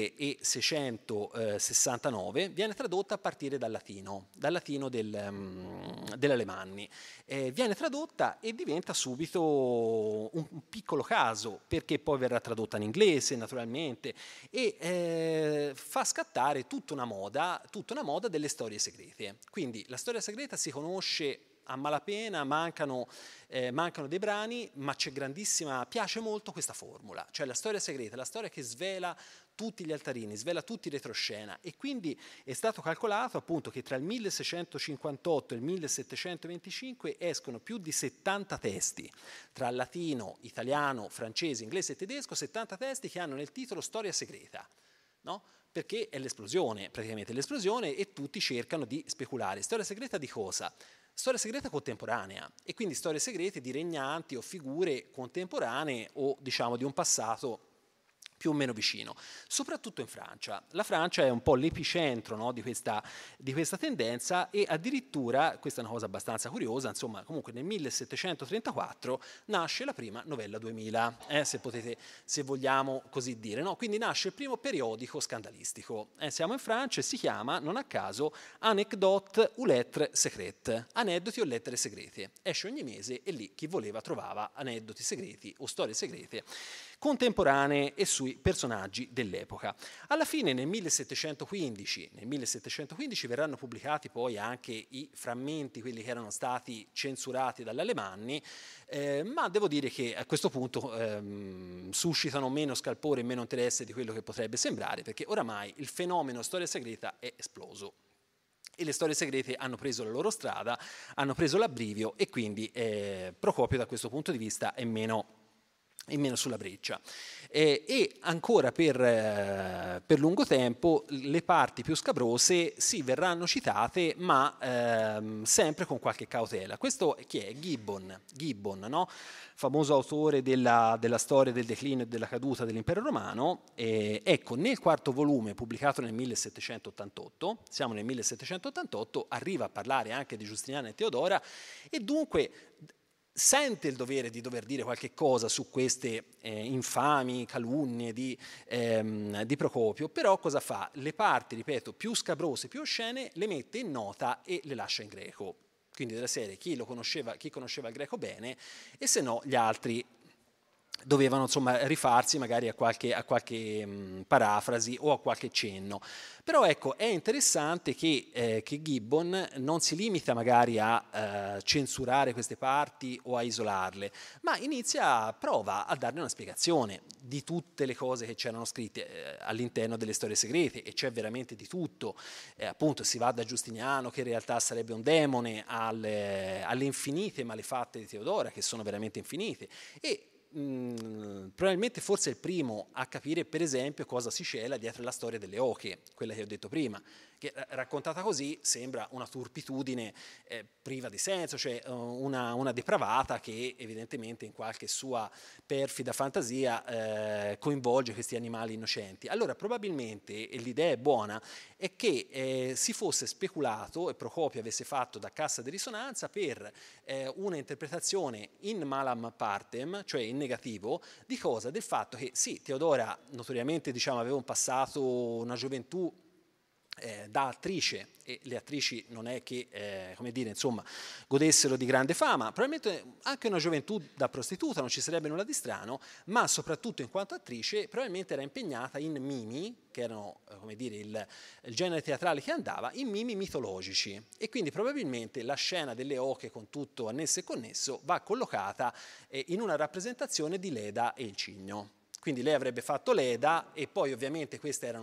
milleseicentosessantanove, viene tradotta a partire dal latino, dal latino del, um, dell'Alemanni. Eh, viene tradotta e diventa subito un, un piccolo caso, perché poi verrà tradotta in inglese naturalmente e eh, fa scattare tutta una moda, tutta una moda delle storie segrete. Quindi la storia segreta si conosce a malapena, mancano, eh, mancano dei brani, ma c'è grandissima, piace molto questa formula, cioè la storia segreta, la storia che svela tutti gli altarini, svela tutti i retroscena, e quindi è stato calcolato appunto che tra il milleseicentocinquantotto e il millesettecentoventicinque escono più di settanta testi, tra latino, italiano, francese, inglese e tedesco, settanta testi che hanno nel titolo storia segreta, no? Perché è l'esplosione, praticamente l'esplosione, e tutti cercano di speculare. Storia segreta di cosa? Storia segreta contemporanea, e quindi storie segrete di regnanti o figure contemporanee o diciamo di un passato più o meno vicino, soprattutto in Francia. La Francia è un po' l'epicentro, no, di, questa, di questa tendenza, e addirittura, questa è una cosa abbastanza curiosa, insomma, comunque nel millesettecentotrentaquattro nasce la prima novella duemila, eh, se potete, se vogliamo così dire, no? Quindi nasce il primo periodico scandalistico. Eh, siamo in Francia e si chiama, non a caso, Anecdote ou lettres secrètes, aneddoti o lettere segrete. Esce ogni mese e lì chi voleva trovava aneddoti segreti o storie segrete contemporanee e sui personaggi dell'epoca. Alla fine nel millesettecentoquindici, nel millesettecentoquindici verranno pubblicati poi anche i frammenti, quelli che erano stati censurati dall'Alemanni, eh, ma devo dire che a questo punto ehm, suscitano meno scalpore e meno interesse di quello che potrebbe sembrare, perché oramai il fenomeno storia segreta è esploso. E le storie segrete hanno preso la loro strada, hanno preso l'abbrivio, e quindi eh, Procopio da questo punto di vista è meno e meno sulla breccia. Eh, e ancora per, eh, per lungo tempo le parti più scabrose sì verranno citate, ma ehm, sempre con qualche cautela. Questo chi è? Gibbon, Gibbon, no? Famoso autore della, della storia del declino e della caduta dell'impero romano. Eh, ecco, nel quarto volume pubblicato nel millesettecentottantotto, siamo nel millesettecentottantotto, arriva a parlare anche di Giustiniano e Teodora, e dunque sente il dovere di dover dire qualche cosa su queste eh, infami calunnie di, ehm, di Procopio, però cosa fa? Le parti, ripeto, più scabrose, più oscene, le mette in nota e le lascia in greco. Quindi della serie chi lo conosceva, chi conosceva il greco bene, e se no gli altri dovevano insomma rifarsi magari a qualche, a qualche mh, parafrasi o a qualche cenno. Però ecco, è interessante che, eh, che Gibbon non si limita magari a eh, censurare queste parti o a isolarle, ma inizia, prova a darne una spiegazione di tutte le cose che c'erano scritte eh, all'interno delle storie segrete, e c'è veramente di tutto. Eh, appunto si va da Giustiniano, che in realtà sarebbe un demone, alle, alle infinite malefatte di Teodora, che sono veramente infinite, e Mm, probabilmente forse è il primo a capire per esempio cosa si cela dietro la storia delle oche, quella che ho detto prima, che raccontata così sembra una turpitudine eh, priva di senso, cioè uh, una, una depravata che evidentemente in qualche sua perfida fantasia eh, coinvolge questi animali innocenti. Allora probabilmente, e l'idea è buona, è che eh, si fosse speculato, e Procopio avesse fatto da cassa di risonanza per eh, una interpretazione in malam partem, cioè in negativo, di cosa? Del fatto che sì, Teodora notoriamente diciamo aveva un passato, una gioventù Eh, da attrice, e le attrici non è che eh, come dire, insomma, godessero di grande fama, probabilmente anche una gioventù da prostituta, non ci sarebbe nulla di strano, ma soprattutto in quanto attrice probabilmente era impegnata in mimi, che erano eh, come dire, il, il genere teatrale che andava, in mimi mitologici, e quindi probabilmente la scena delle oche con tutto annesso e connesso va collocata eh, in una rappresentazione di Leda e il cigno. Quindi lei avrebbe fatto Leda, e poi ovviamente queste erano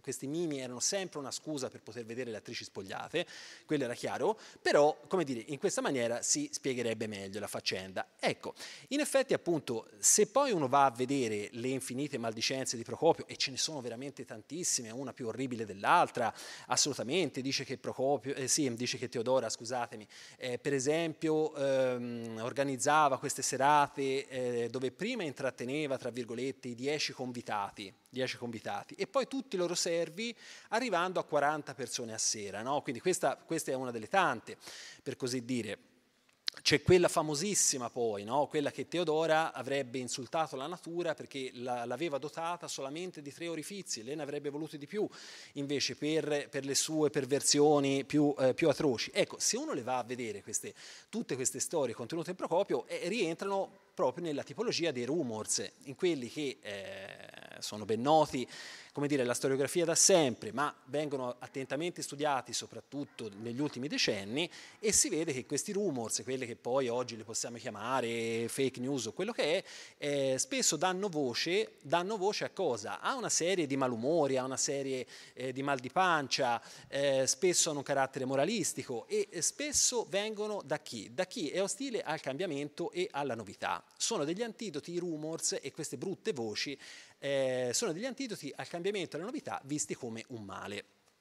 questi mimi erano sempre una scusa per poter vedere le attrici spogliate, quello era chiaro, però, come dire, in questa maniera si spiegherebbe meglio la faccenda. Ecco, in effetti appunto, se poi uno va a vedere le infinite maldicenze di Procopio, e ce ne sono veramente tantissime, una più orribile dell'altra, assolutamente, dice che Procopio, eh, sì, dice che Teodora, scusatemi, eh, per esempio ehm, organizzava queste serate eh, dove prima intratteneva, tra virgolette, i dieci convitati, dieci convitati, e poi tutti i loro servi, arrivando a quaranta persone a sera, no? Quindi questa, questa è una delle tante, per così dire. C'è quella famosissima poi, no? Quella che Teodora avrebbe insultato la natura perché la, l'aveva dotata solamente di tre orifizi, lei ne avrebbe voluti di più invece per, per le sue perversioni più, eh, più atroci. Ecco, se uno le va a vedere queste, tutte queste storie contenute in Procopio, eh, rientrano proprio nella tipologia dei rumors, in quelli che eh, sono ben noti, come dire, la storiografia da sempre, ma vengono attentamente studiati soprattutto negli ultimi decenni, e si vede che questi rumors, quelle che poi oggi le possiamo chiamare fake news o quello che è, eh, spesso danno voce, danno voce a cosa? A una serie di malumori, a una serie eh, di mal di pancia, eh, spesso hanno un carattere moralistico, e eh, spesso vengono da chi? Da chi è ostile al cambiamento e alla novità. Sono degli antidoti, i rumors e queste brutte voci, eh, sono degli antidoti al cambiamento e alla novità visti come un male.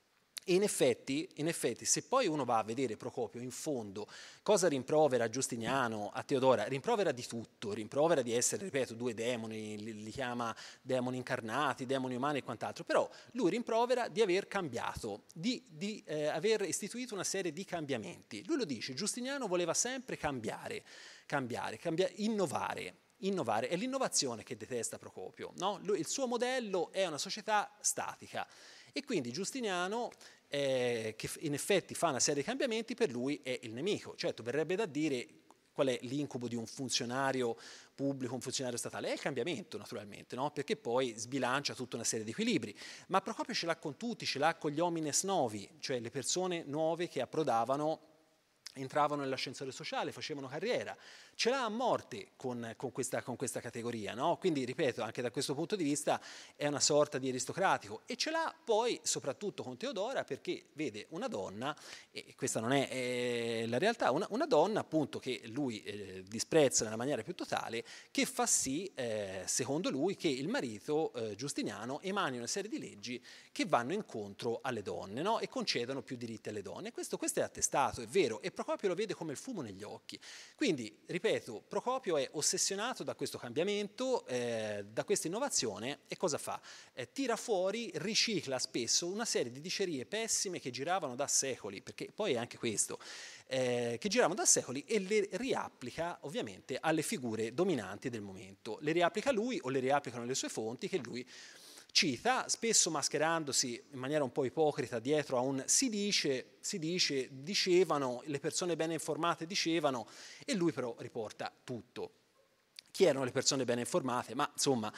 E in effetti, in effetti, se poi uno va a vedere Procopio, in fondo, cosa rimprovera a Giustiniano, a Teodora? Rimprovera di tutto, rimprovera di essere, ripeto, due demoni, li, li chiama demoni incarnati, demoni umani e quant'altro, però lui rimprovera di aver cambiato, di, di eh, aver istituito una serie di cambiamenti. Lui lo dice, Giustiniano voleva sempre cambiare, cambiare, cambiare, innovare. Innovare, è l'innovazione che detesta Procopio, no? Lui, il suo modello è una società statica, e quindi Giustiniano, eh, che in effetti fa una serie di cambiamenti, per lui è il nemico. Certo, verrebbe da dire qual è l'incubo di un funzionario pubblico, un funzionario statale? È il cambiamento, naturalmente, no? Perché poi sbilancia tutta una serie di equilibri, ma Procopio ce l'ha con tutti, ce l'ha con gli homines novi, cioè le persone nuove che approdavano, entravano nell'ascensore sociale, facevano carriera. Ce l'ha a morte con, con, questa, con questa categoria, no? Quindi, ripeto, anche da questo punto di vista è una sorta di aristocratico, e ce l'ha poi soprattutto con Teodora, perché vede una donna, e questa non è eh, la realtà, una, una donna appunto che lui eh, disprezza nella maniera più totale, che fa sì, eh, secondo lui, che il marito eh, Giustiniano emani una serie di leggi che vanno incontro alle donne, no? E concedono più diritti alle donne. Questo, questo è attestato, è vero, e Procopio lo vede come il fumo negli occhi. Quindi, ripeto, Procopio è ossessionato da questo cambiamento, eh, da questa innovazione, e cosa fa? Eh, tira fuori, ricicla spesso una serie di dicerie pessime che giravano da secoli, perché poi è anche questo, eh, che giravano da secoli, e le riapplica ovviamente alle figure dominanti del momento. Le riapplica lui, o le riapplicano le sue fonti che lui cita, spesso mascherandosi in maniera un po' ipocrita dietro a un si dice, si dice, dicevano, le persone bene informate dicevano, e lui però riporta tutto. Chi erano le persone bene informate? Ma insomma,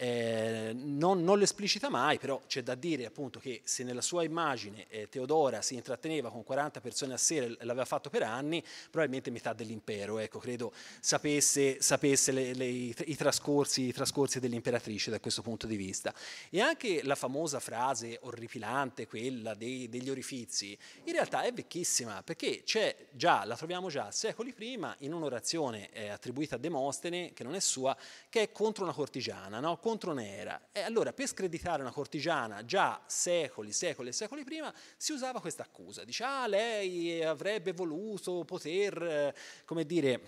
eh, non, non lo esplicita mai, però c'è da dire appunto che se nella sua immagine eh, Teodora si intratteneva con quaranta persone a sera, l'aveva fatto per anni, probabilmente metà dell'impero, ecco, credo sapesse, sapesse le, le, i, i, trascorsi, i trascorsi dell'imperatrice da questo punto di vista. E anche la famosa frase orripilante, quella dei, degli orifizi, in realtà è vecchissima, perché c'è già, la troviamo già secoli prima in un'orazione eh, attribuita a Demostene, che non è sua, che è contro una cortigiana, no? Contro un'era. E allora, per screditare una cortigiana già secoli, secoli e secoli prima, si usava questa accusa. Dice, ah, lei avrebbe voluto poter, eh, come dire,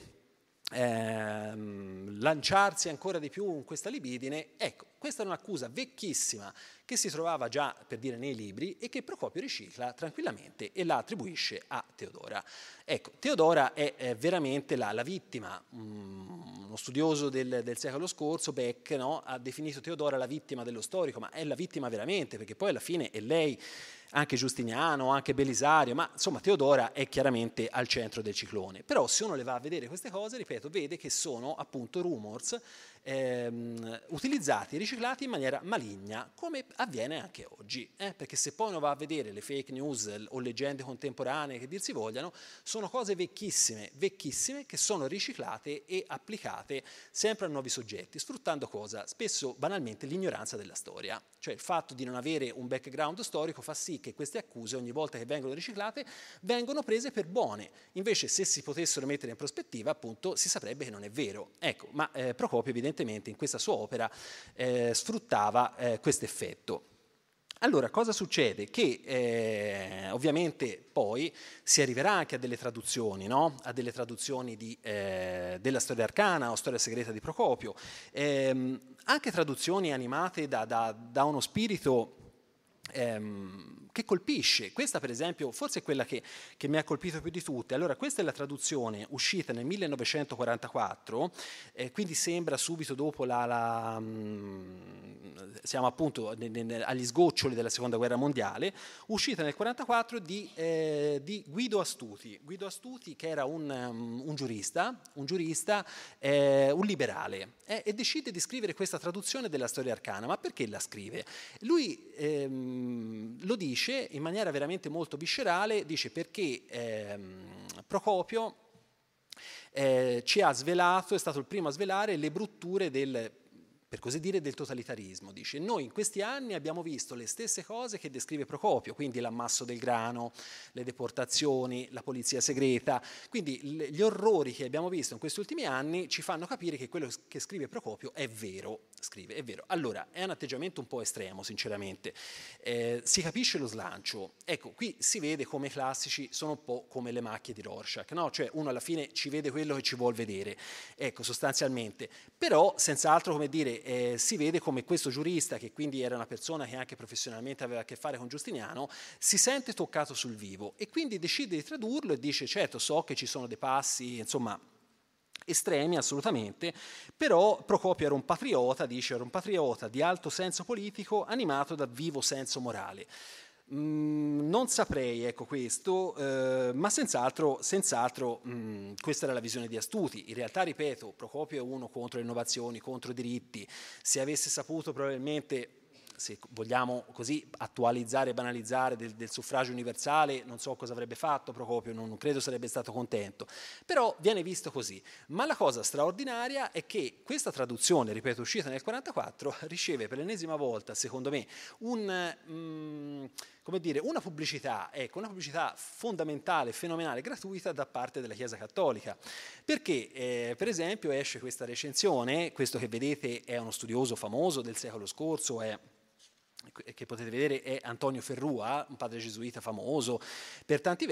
ehm, lanciarsi ancora di più in questa libidine. Ecco, questa è un'accusa vecchissima che si trovava già, per dire, nei libri, e che Procopio ricicla tranquillamente e la attribuisce a Teodora. Ecco, Teodora è, è veramente la, la vittima. Mm, uno studioso del, del secolo scorso, Beck, no, ha definito Teodora la vittima dello storico, ma è la vittima veramente, perché poi alla fine è lei, anche Giustiniano, anche Belisario, ma insomma Teodora è chiaramente al centro del ciclone. Però se uno le va a vedere queste cose, ripeto, vede che sono appunto rumors, ehm, utilizzati e riciclati in maniera maligna, come avviene anche oggi, eh? Perché se poi uno va a vedere le fake news o leggende contemporanee che dir si vogliano, sono cose vecchissime, vecchissime che sono riciclate e applicate sempre a nuovi soggetti, sfruttando cosa? Spesso banalmente l'ignoranza della storia, cioè il fatto di non avere un background storico fa sì che queste accuse ogni volta che vengono riciclate vengono prese per buone, invece se si potessero mettere in prospettiva appunto si saprebbe che non è vero. Ecco, ma eh, Procopio evidentemente in questa sua opera eh, sfruttava eh, questo effetto. Allora, cosa succede? Che eh, ovviamente poi si arriverà anche a delle traduzioni, no? A delle traduzioni di, eh, della storia arcana o storia segreta di Procopio, eh, anche traduzioni animate da, da, da uno spirito Ehm, che colpisce. Questa per esempio forse è quella che, che mi ha colpito più di tutte. Allora questa è la traduzione uscita nel millenovecentoquarantaquattro, eh, quindi sembra subito dopo la, la mh, siamo appunto ne, ne, agli sgoccioli della seconda guerra mondiale, uscita nel millenovecentoquarantaquattro di, eh, di Guido Astuti Guido Astuti che era un, um, un giurista un giurista eh, un liberale eh, e decide di scrivere questa traduzione della storia arcana. Ma perché la scrive? Lui ehm, lo dice in maniera veramente molto viscerale, dice perché ehm, Procopio eh, ci ha svelato, è stato il primo a svelare le brutture del, per così dire, del totalitarismo. Dice, noi in questi anni abbiamo visto le stesse cose che descrive Procopio, quindi l'ammasso del grano, le deportazioni, la polizia segreta, quindi gli orrori che abbiamo visto in questi ultimi anni ci fanno capire che quello che scrive Procopio è vero. Scrive, è vero. Allora, è un atteggiamento un po' estremo, sinceramente. Eh, si capisce lo slancio. Ecco, qui si vede come i classici sono un po' come le macchie di Rorschach, no? Cioè uno alla fine ci vede quello che ci vuol vedere, ecco, sostanzialmente. Però, senz'altro, come dire, eh, si vede come questo giurista, che quindi era una persona che anche professionalmente aveva a che fare con Giustiniano, si sente toccato sul vivo e quindi decide di tradurlo e dice, certo, so che ci sono dei passi, insomma, estremi assolutamente, però Procopio era un patriota, dice, era un patriota di alto senso politico animato da vivo senso morale. Mm, non saprei, ecco questo, eh, ma senz'altro, senz'altro mm, questa era la visione di Astuti. In realtà, ripeto, Procopio è uno contro le innovazioni, contro i diritti. Se avesse saputo probabilmente, se vogliamo così attualizzare e banalizzare del, del suffragio universale, non so cosa avrebbe fatto Procopio, non, non credo sarebbe stato contento, però viene visto così. Ma la cosa straordinaria è che questa traduzione, ripeto, uscita nel millenovecentoquarantaquattro, riceve per l'ennesima volta, secondo me, un, mm, come dire, una pubblicità, ecco, una pubblicità fondamentale, fenomenale, gratuita da parte della Chiesa Cattolica, perché eh, per esempio esce questa recensione, questo che vedete è uno studioso famoso del secolo scorso, è che potete vedere è Antonio Ferrua, un padre gesuita famoso per tanti,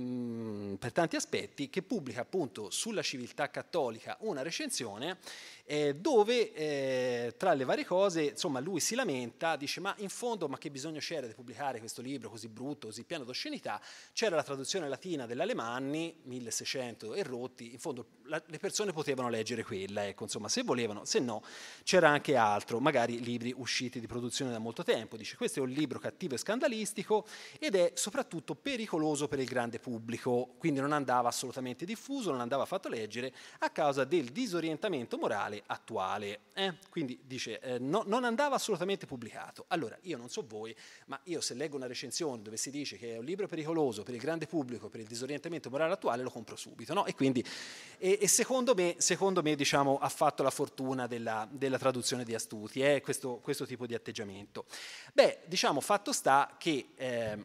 ehm, per tanti aspetti, che pubblica appunto sulla civiltà cattolica una recensione eh, dove eh, tra le varie cose, insomma, lui si lamenta, dice ma in fondo ma che bisogno c'era di pubblicare questo libro così brutto, così pieno di oscenità, c'era la traduzione latina dell'Alemanni, milleseicento e rotti, in fondo la, le persone potevano leggere quella, ecco, insomma, se volevano, se no c'era anche altro, magari libri usciti di produzione da molto tempo. Dice questo è un libro cattivo e scandalistico ed è soprattutto pericoloso per il grande pubblico, quindi non andava assolutamente diffuso, non andava fatto leggere a causa del disorientamento morale attuale, eh? Quindi dice eh, no, non andava assolutamente pubblicato. Allora io non so voi, ma io se leggo una recensione dove si dice che è un libro pericoloso per il grande pubblico, per il disorientamento morale attuale, lo compro subito, no? E quindi e, e secondo me, secondo me diciamo, ha fatto la fortuna della, della traduzione di Astuti, eh? questo, questo tipo di atteggiamento. Beh, diciamo, fatto sta che, eh,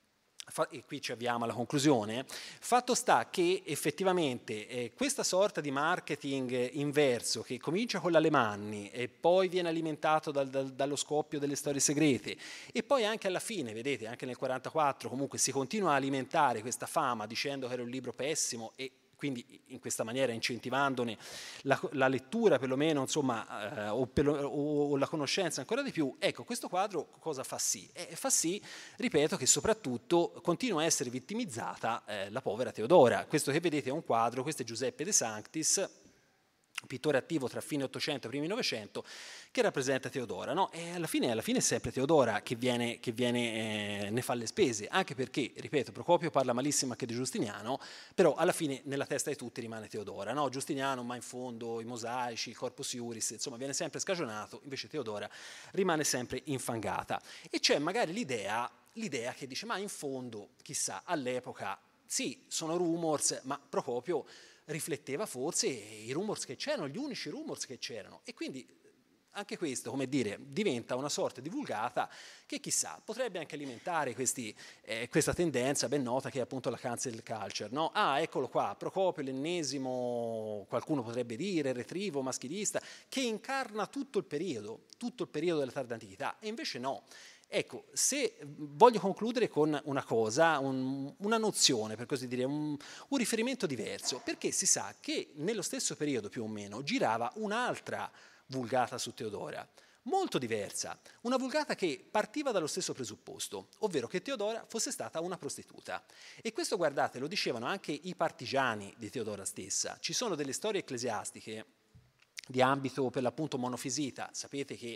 fa, e qui ci avviamo alla conclusione, fatto sta che effettivamente eh, questa sorta di marketing inverso che comincia con l'Alemanni e poi viene alimentato dal, dal, dallo scoppio delle storie segrete e poi anche alla fine, vedete, anche nel millenovecentoquarantaquattro comunque si continua a alimentare questa fama dicendo che era un libro pessimo e quindi in questa maniera incentivandone la, la lettura perlomeno, insomma, eh, o, per, o, o la conoscenza ancora di più, ecco, questo quadro cosa fa sì? Eh, fa sì, ripeto, che soprattutto continua a essere vittimizzata eh, la povera Teodora. Questo che vedete è un quadro, questo è Giuseppe De Sanctis, pittore attivo tra fine Ottocento e primi Novecento, che rappresenta Teodora, no? E alla fine, alla fine è sempre Teodora che, viene, che viene, eh, ne fa le spese, anche perché, ripeto, Procopio parla malissimo anche di Giustiniano, però alla fine nella testa di tutti rimane Teodora, no? Giustiniano, ma in fondo i mosaici, il Corpus Iuris, insomma viene sempre scagionato, invece Teodora rimane sempre infangata. E c'è magari l'idea, l'idea che dice, ma in fondo, chissà, all'epoca, sì, sono rumors, ma Procopio rifletteva forse i rumors che c'erano, gli unici rumors che c'erano, e quindi anche questo, come dire, diventa una sorta di vulgata che chissà, potrebbe anche alimentare questi, eh, questa tendenza ben nota che è appunto la cancel culture, no? Ah, eccolo qua, Procopio, l'ennesimo, qualcuno potrebbe dire, retrivo, maschilista, che incarna tutto il periodo, tutto il periodo della tarda antichità, e invece no. Ecco, se voglio concludere con una cosa, un, una nozione, per così dire, un, un riferimento diverso, perché si sa che nello stesso periodo più o meno girava un'altra vulgata su Teodora, molto diversa, una vulgata che partiva dallo stesso presupposto, ovvero che Teodora fosse stata una prostituta. E questo, guardate, lo dicevano anche i partigiani di Teodora stessa. Ci sono delle storie ecclesiastiche di ambito per l'appunto monofisita, sapete che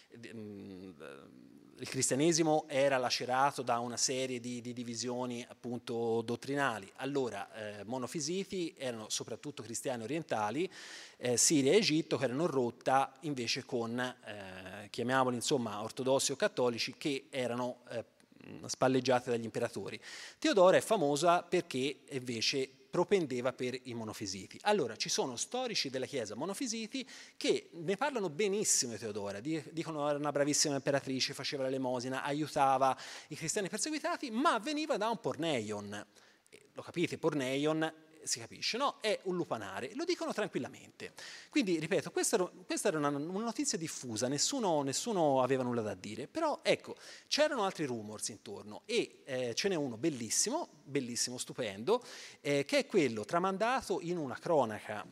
il cristianesimo era lacerato da una serie di, di divisioni appunto dottrinali. Allora, eh, monofisiti erano soprattutto cristiani orientali, eh, Siria e Egitto, che erano rotta invece con, eh, chiamiamoli insomma, ortodossi o cattolici, che erano eh, spalleggiate dagli imperatori. Teodora è famosa perché invece propendeva per i monofisiti. Allora, ci sono storici della Chiesa monofisiti che ne parlano benissimo di Teodora, dicono era una bravissima imperatrice, faceva l'elemosina, aiutava i cristiani perseguitati, ma veniva da un porneion. Lo capite, porneion, si capisce, no? È un lupanare, lo dicono tranquillamente. Quindi, ripeto, questa era, questa era una, una notizia diffusa, nessuno, nessuno aveva nulla da dire, però ecco, c'erano altri rumors intorno e eh, ce n'è uno bellissimo, bellissimo, stupendo, eh, che è quello tramandato in una cronaca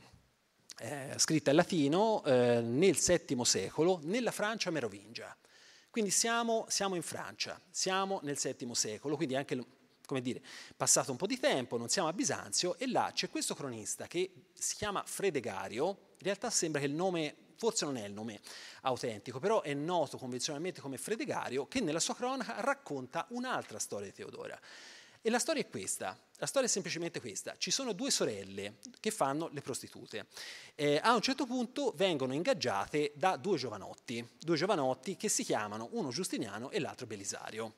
eh, scritta in latino eh, nel settimo secolo, nella Francia merovingia. Quindi siamo, siamo in Francia, siamo nel settimo secolo, quindi anche, come dire, passato un po' di tempo, non siamo a Bisanzio, e là c'è questo cronista che si chiama Fredegario, in realtà sembra che il nome, forse non è il nome autentico, però è noto convenzionalmente come Fredegario, che nella sua cronaca racconta un'altra storia di Teodora. E la storia è questa, la storia è semplicemente questa: ci sono due sorelle che fanno le prostitute. Eh, a un certo punto vengono ingaggiate da due giovanotti, due giovanotti che si chiamano uno Giustiniano e l'altro Belisario.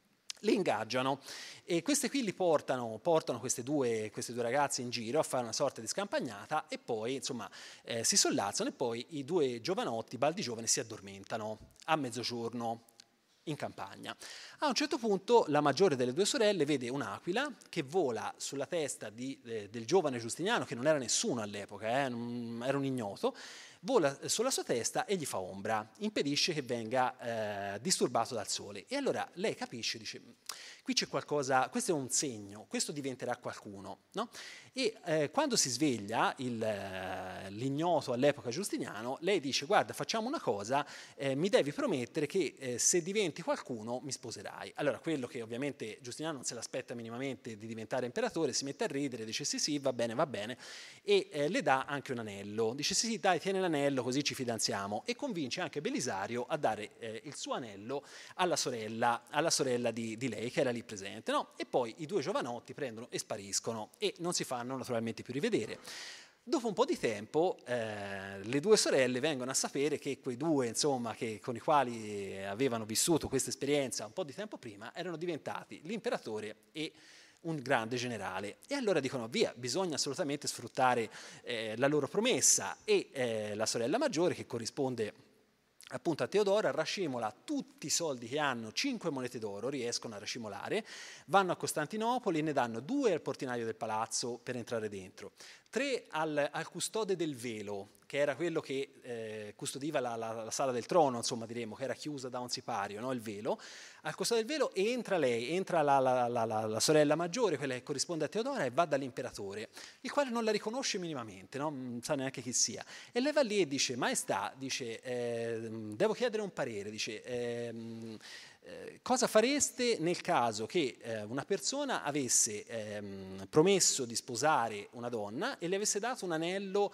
Le ingaggiano e queste qui li portano, portano queste due, queste due ragazze in giro a fare una sorta di scampagnata e poi insomma eh, si sollazzano e poi i due giovanotti, baldi giovani, si addormentano a mezzogiorno in campagna. A un certo punto la maggiore delle due sorelle vede un'aquila che vola sulla testa di, eh, del giovane Giustiniano, che non era nessuno all'epoca, eh, non, era un ignoto, vola sulla sua testa e gli fa ombra, impedisce che venga eh, disturbato dal sole. E allora lei capisce, dice, qui c'è qualcosa, questo è un segno, questo diventerà qualcuno, no? E eh, quando si sveglia il, eh, l'ignoto all'epoca Giustiniano, lei dice, guarda, facciamo una cosa, eh, mi devi promettere che eh, se diventi qualcuno mi sposerai. Allora, quello che ovviamente Giustiniano non se l'aspetta minimamente di diventare imperatore, si mette a ridere, dice sì sì, va bene, va bene, e eh, le dà anche un anello, dice sì sì, dai, tieni l'anello così ci fidanziamo, e convince anche Belisario a dare eh, il suo anello alla sorella, alla sorella di, di lei che era lì presente, no? E poi i due giovanotti prendono e spariscono e non si fanno naturalmente più rivedere. Dopo un po' di tempo eh, le due sorelle vengono a sapere che quei due, insomma, che, con i quali avevano vissuto questa esperienza un po' di tempo prima, erano diventati l'imperatore e un grande generale. E allora dicono, via, bisogna assolutamente sfruttare eh, la loro promessa, e eh, la sorella maggiore, che corrisponde appunto a Teodora, rascimola tutti i soldi che hanno, cinque monete d'oro riescono a rascimolare, vanno a Costantinopoli, ne danno due al portinaio del palazzo per entrare dentro, tre al, al custode del velo, che era quello che eh, custodiva la, la, la sala del trono, insomma diremo, che era chiusa da un sipario, no? Il velo. Al custode del velo entra lei, entra la, la, la, la, la sorella maggiore, quella che corrisponde a Teodora, e va dall'imperatore, il quale non la riconosce minimamente, no? Non sa neanche chi sia. E lei va lì e dice, maestà, dice, eh, devo chiedere un parere, dice, eh, eh, cosa fareste nel caso che eh, una persona avesse eh, promesso di sposare una donna e le avesse dato un anello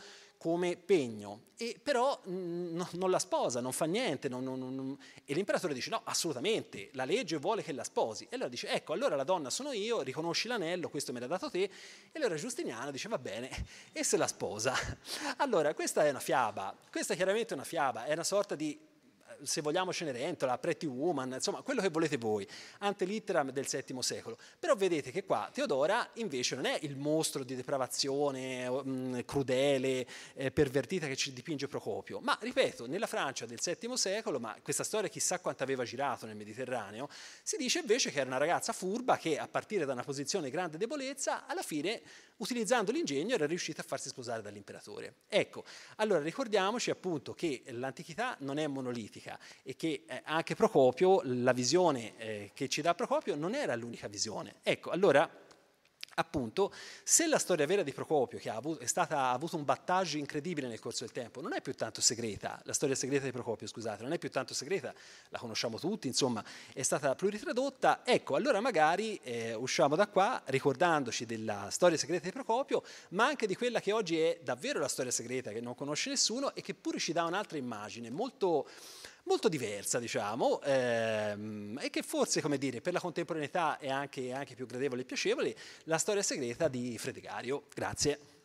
come pegno, e però mh, non la sposa, non fa niente, non, non, non, e l'imperatore dice no, assolutamente, la legge vuole che la sposi, e allora dice ecco, allora la donna sono io, riconosci l'anello, questo me l'ha dato te, e allora Giustiniano dice va bene, e se la sposa. Allora questa è una fiaba, questa è chiaramente una fiaba, è una sorta di, se vogliamo Cenerentola, Pretty Woman, insomma quello che volete voi, ante litteram del settimo secolo. Però vedete che qua Teodora invece non è il mostro di depravazione mh, crudele, eh, pervertita che ci dipinge Procopio, ma ripeto, nella Francia del settimo secolo, ma questa storia chissà quanto aveva girato nel Mediterraneo, si dice invece che era una ragazza furba che a partire da una posizione di grande debolezza, alla fine utilizzando l'ingegno era riuscita a farsi sposare dall'imperatore. Ecco, allora ricordiamoci appunto che l'antichità non è monolitica, e che eh, anche Procopio, la visione eh, che ci dà Procopio non era l'unica visione. Ecco, allora appunto, se la storia vera di Procopio, che ha avuto, è stata, ha avuto un battage incredibile nel corso del tempo, non è più tanto segreta, la storia segreta di Procopio, scusate, non è più tanto segreta, la conosciamo tutti, insomma, è stata pluritradotta, ecco, allora magari eh, usciamo da qua ricordandoci della storia segreta di Procopio, ma anche di quella che oggi è davvero la storia segreta, che non conosce nessuno e che pure ci dà un'altra immagine, molto molto diversa, diciamo, ehm, e che forse, come dire, per la contemporaneità è anche, anche più gradevole e piacevole, la storia segreta di Fredegario. Grazie.